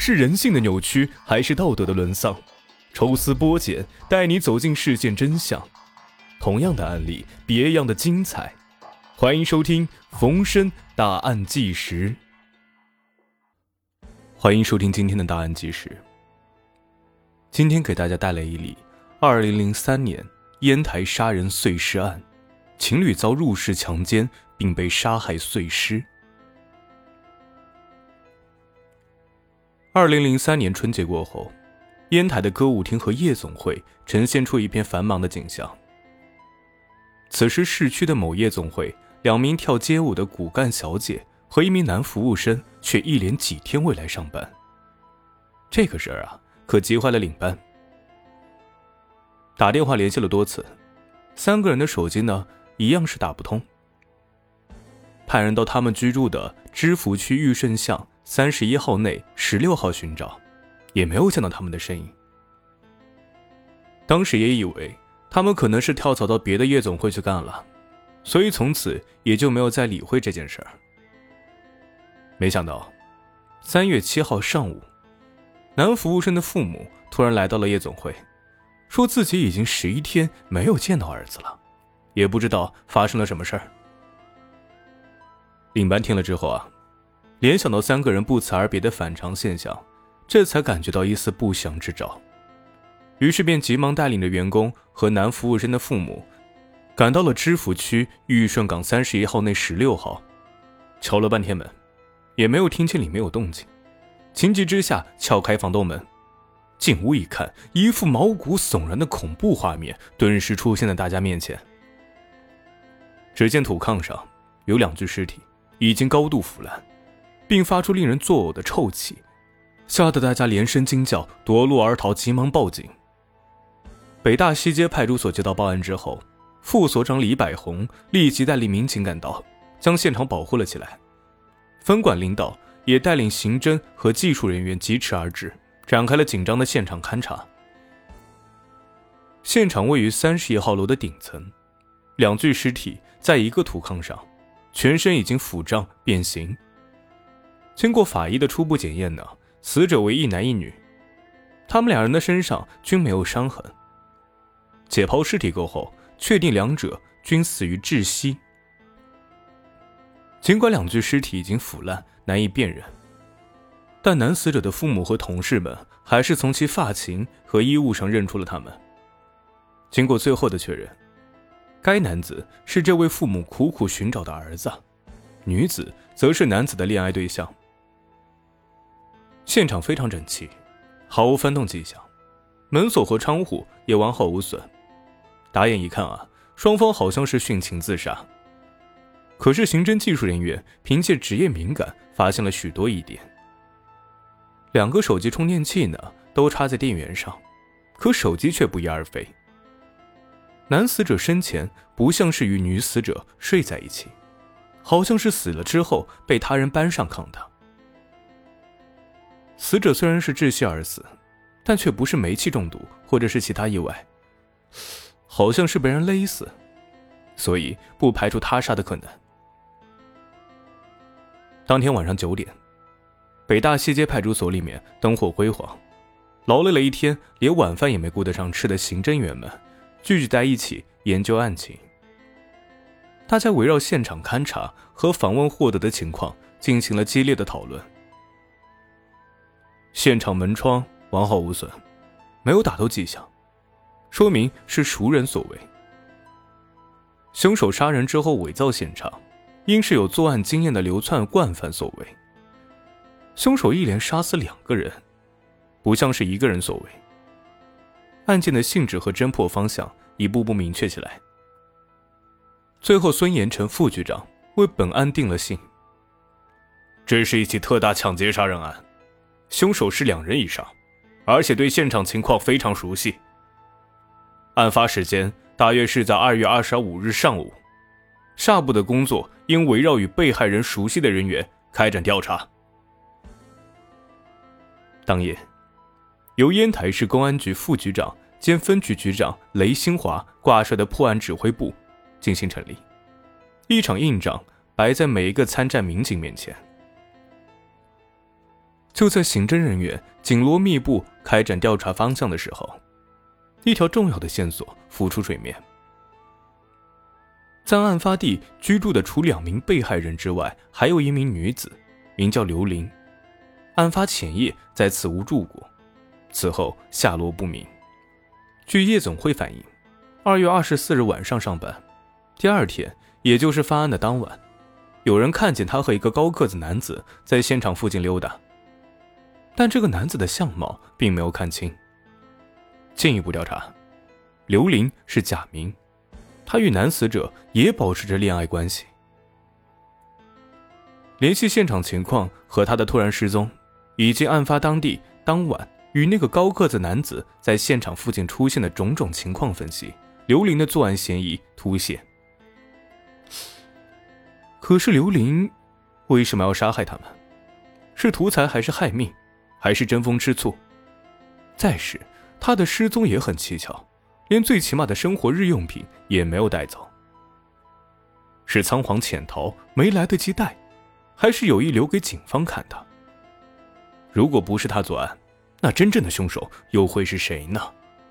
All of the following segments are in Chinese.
是人性的扭曲，还是道德的沦丧？抽丝剥茧，带你走进事件真相。同样的案例，别样的精彩。欢迎收听冯生大案纪实。欢迎收听今天的大案纪实。今天给大家带来一例2003年烟台杀人碎尸案，情侣遭入室强奸并被杀害碎尸。2003年春节过后，烟台的歌舞厅和夜总会呈现出一片繁忙的景象。此时市区的某夜总会，2名跳街舞的骨干小姐和1名男服务生却一连几天未来上班。这个事儿啊，可急坏了领班。打电话联系了多次，3个人的手机呢，一样是打不通。派人到他们居住的知福区玉顺巷31号内16号寻找，也没有见到他们的身影。当时也以为他们可能是跳槽到别的夜总会去干了，所以从此也就没有再理会这件事儿。没想到3月7号上午，男服务生的父母突然来到了夜总会，说自己已经11天没有见到儿子了，也不知道发生了什么事儿。领班听了之后啊，联想到3个人不辞而别的反常现象，这才感觉到一丝不祥之兆，于是便急忙带领着员工和男服务生的父母赶到了知福区玉顺港31号内16号，敲了半天门，也没有听见里面有动静。情急之下撬开防盗门，进屋一看，一副毛骨悚然的恐怖画面顿时出现在大家面前。只见土炕上有2具尸体，已经高度腐烂，并发出令人作呕的臭气，吓得大家连声惊叫，夺路而逃，急忙报警。北大西街派出所接到报案之后，副所长李百红立即带领民警赶到，将现场保护了起来。分管领导也带领刑侦和技术人员疾驰而至，展开了紧张的现场勘查。现场位于31号楼的顶层，2具尸体在一个土炕上，全身已经腐胀变形。经过法医的初步检验呢，死者为1男1女，他们2人的身上均没有伤痕。解剖尸体过后，确定2者均死于窒息。尽管2具尸体已经腐烂难以辨认，但男死者的父母和同事们还是从其发型和衣物上认出了他们。经过最后的确认，该男子是这位父母苦苦寻找的儿子，女子则是男子的恋爱对象。现场非常整齐，毫无翻动迹象，门锁和窗户也完好无损。打眼一看啊，双方好像是殉情自杀。可是刑侦技术人员凭借职业敏感发现了许多疑点。2个手机充电器呢都插在电源上，可手机却不翼而飞。男死者生前不像是与女死者睡在一起，好像是死了之后被他人搬上炕的。死者虽然是窒息而死，但却不是煤气中毒或者是其他意外，好像是被人勒死，所以不排除他杀的可能。当天晚上9点，北大西街派出所里面灯火辉煌，劳累了一天连晚饭也没顾得上吃的刑侦员们聚集在一起研究案情。大家围绕现场勘查和访问获得的情况进行了激烈的讨论。现场门窗完好无损，没有打斗迹象，说明是熟人所为。凶手杀人之后伪造现场，应是有作案经验的流窜惯犯所为。凶手一连杀死2个人，不像是1个人所为。案件的性质和侦破方向一步步明确起来。最后孙延成副局长为本案定了性。这是一起特大抢劫杀人案，凶手是2人以上，而且对现场情况非常熟悉。案发时间大约是在2月25日上午，下部的工作应围绕与被害人熟悉的人员开展调查。当夜，由烟台市公安局副局长兼分局局长雷新华挂帅的破案指挥部进行成立，一场硬仗摆在每一个参战民警面前。 就在刑侦人员紧锣密布开展调查方向的时候，一条重要的线索浮出水面。在案发地居住的除2名被害人之外，还有一名女子，名叫刘玲。案发前夜在此屋住过，此后下落不明。据夜总会反映，2月24日晚上上班，第二天，也就是发案的当晚，有人看见他和一个高个子男子在现场附近溜达，但这个男子的相貌并没有看清。进一步调查，刘玲是假名，他与男死者也保持着恋爱关系。联系现场情况和他的突然失踪，以及案发当地当晚与那个高个子男子在现场附近出现的种种情况分析，刘玲的作案嫌疑凸显。可是刘玲为什么要杀害他们？是图财还是害命？还是争风吃醋？再是他的失踪也很蹊跷，连最起码的生活日用品也没有带走。是仓皇潜逃没来得及带，还是有意留给警方看的？如果不是他作案，那真正的凶手又会是谁呢？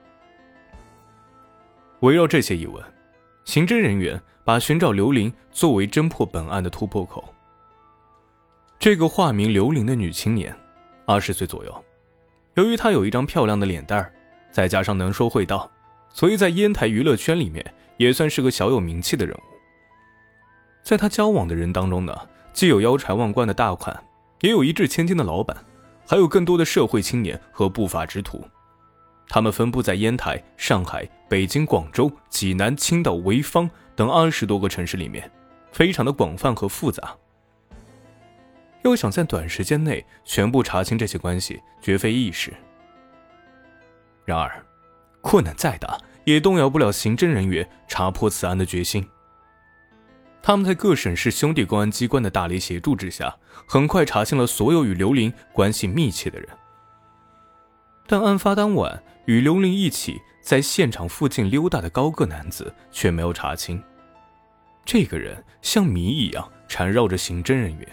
围绕这些疑问，刑侦人员把寻找刘玲作为侦破本案的突破口。这个化名刘玲的女青年20岁左右，由于她有一张漂亮的脸蛋儿，再加上能说会道，所以在烟台娱乐圈里面也算是个小有名气的人物。在她交往的人当中呢，既有腰缠万贯的大款，也有一掷千金的老板，还有更多的社会青年和不法之徒。他们分布在烟台、上海、北京、广州、济南、青岛、潍坊等20多个城市里面，非常的广泛和复杂。要想在短时间内全部查清这些关系，绝非易事。然而，困难再大，也动摇不了刑侦人员查破此案的决心。他们在各省市兄弟公安机关的大力协助之下，很快查清了所有与刘玲关系密切的人。但案发当晚与刘玲一起在现场附近溜达的高个男子却没有查清。这个人像谜一样缠绕着刑侦人员。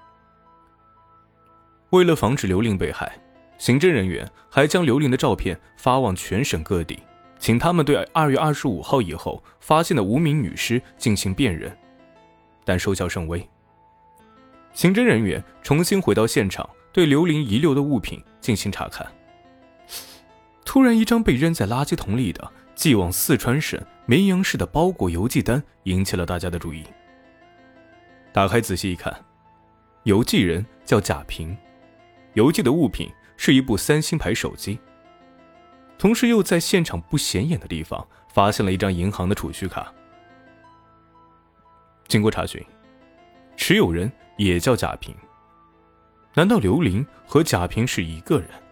为了防止刘玲被害，刑侦人员还将刘玲的照片发往全省各地，请他们对2月25号以后发现的5名女尸进行辨认，但收效甚微。刑侦人员重新回到现场，对刘玲遗留的物品进行查看。突然，一张被扔在垃圾桶里的寄往四川省绵阳市的包裹邮寄单引起了大家的注意。打开仔细一看，邮寄人叫贾平，邮寄的物品是一部3星牌手机。同时又在现场不显眼的地方发现了一张银行的储蓄卡。经过查询，持有人也叫贾平。难道刘玲和贾平是一个人？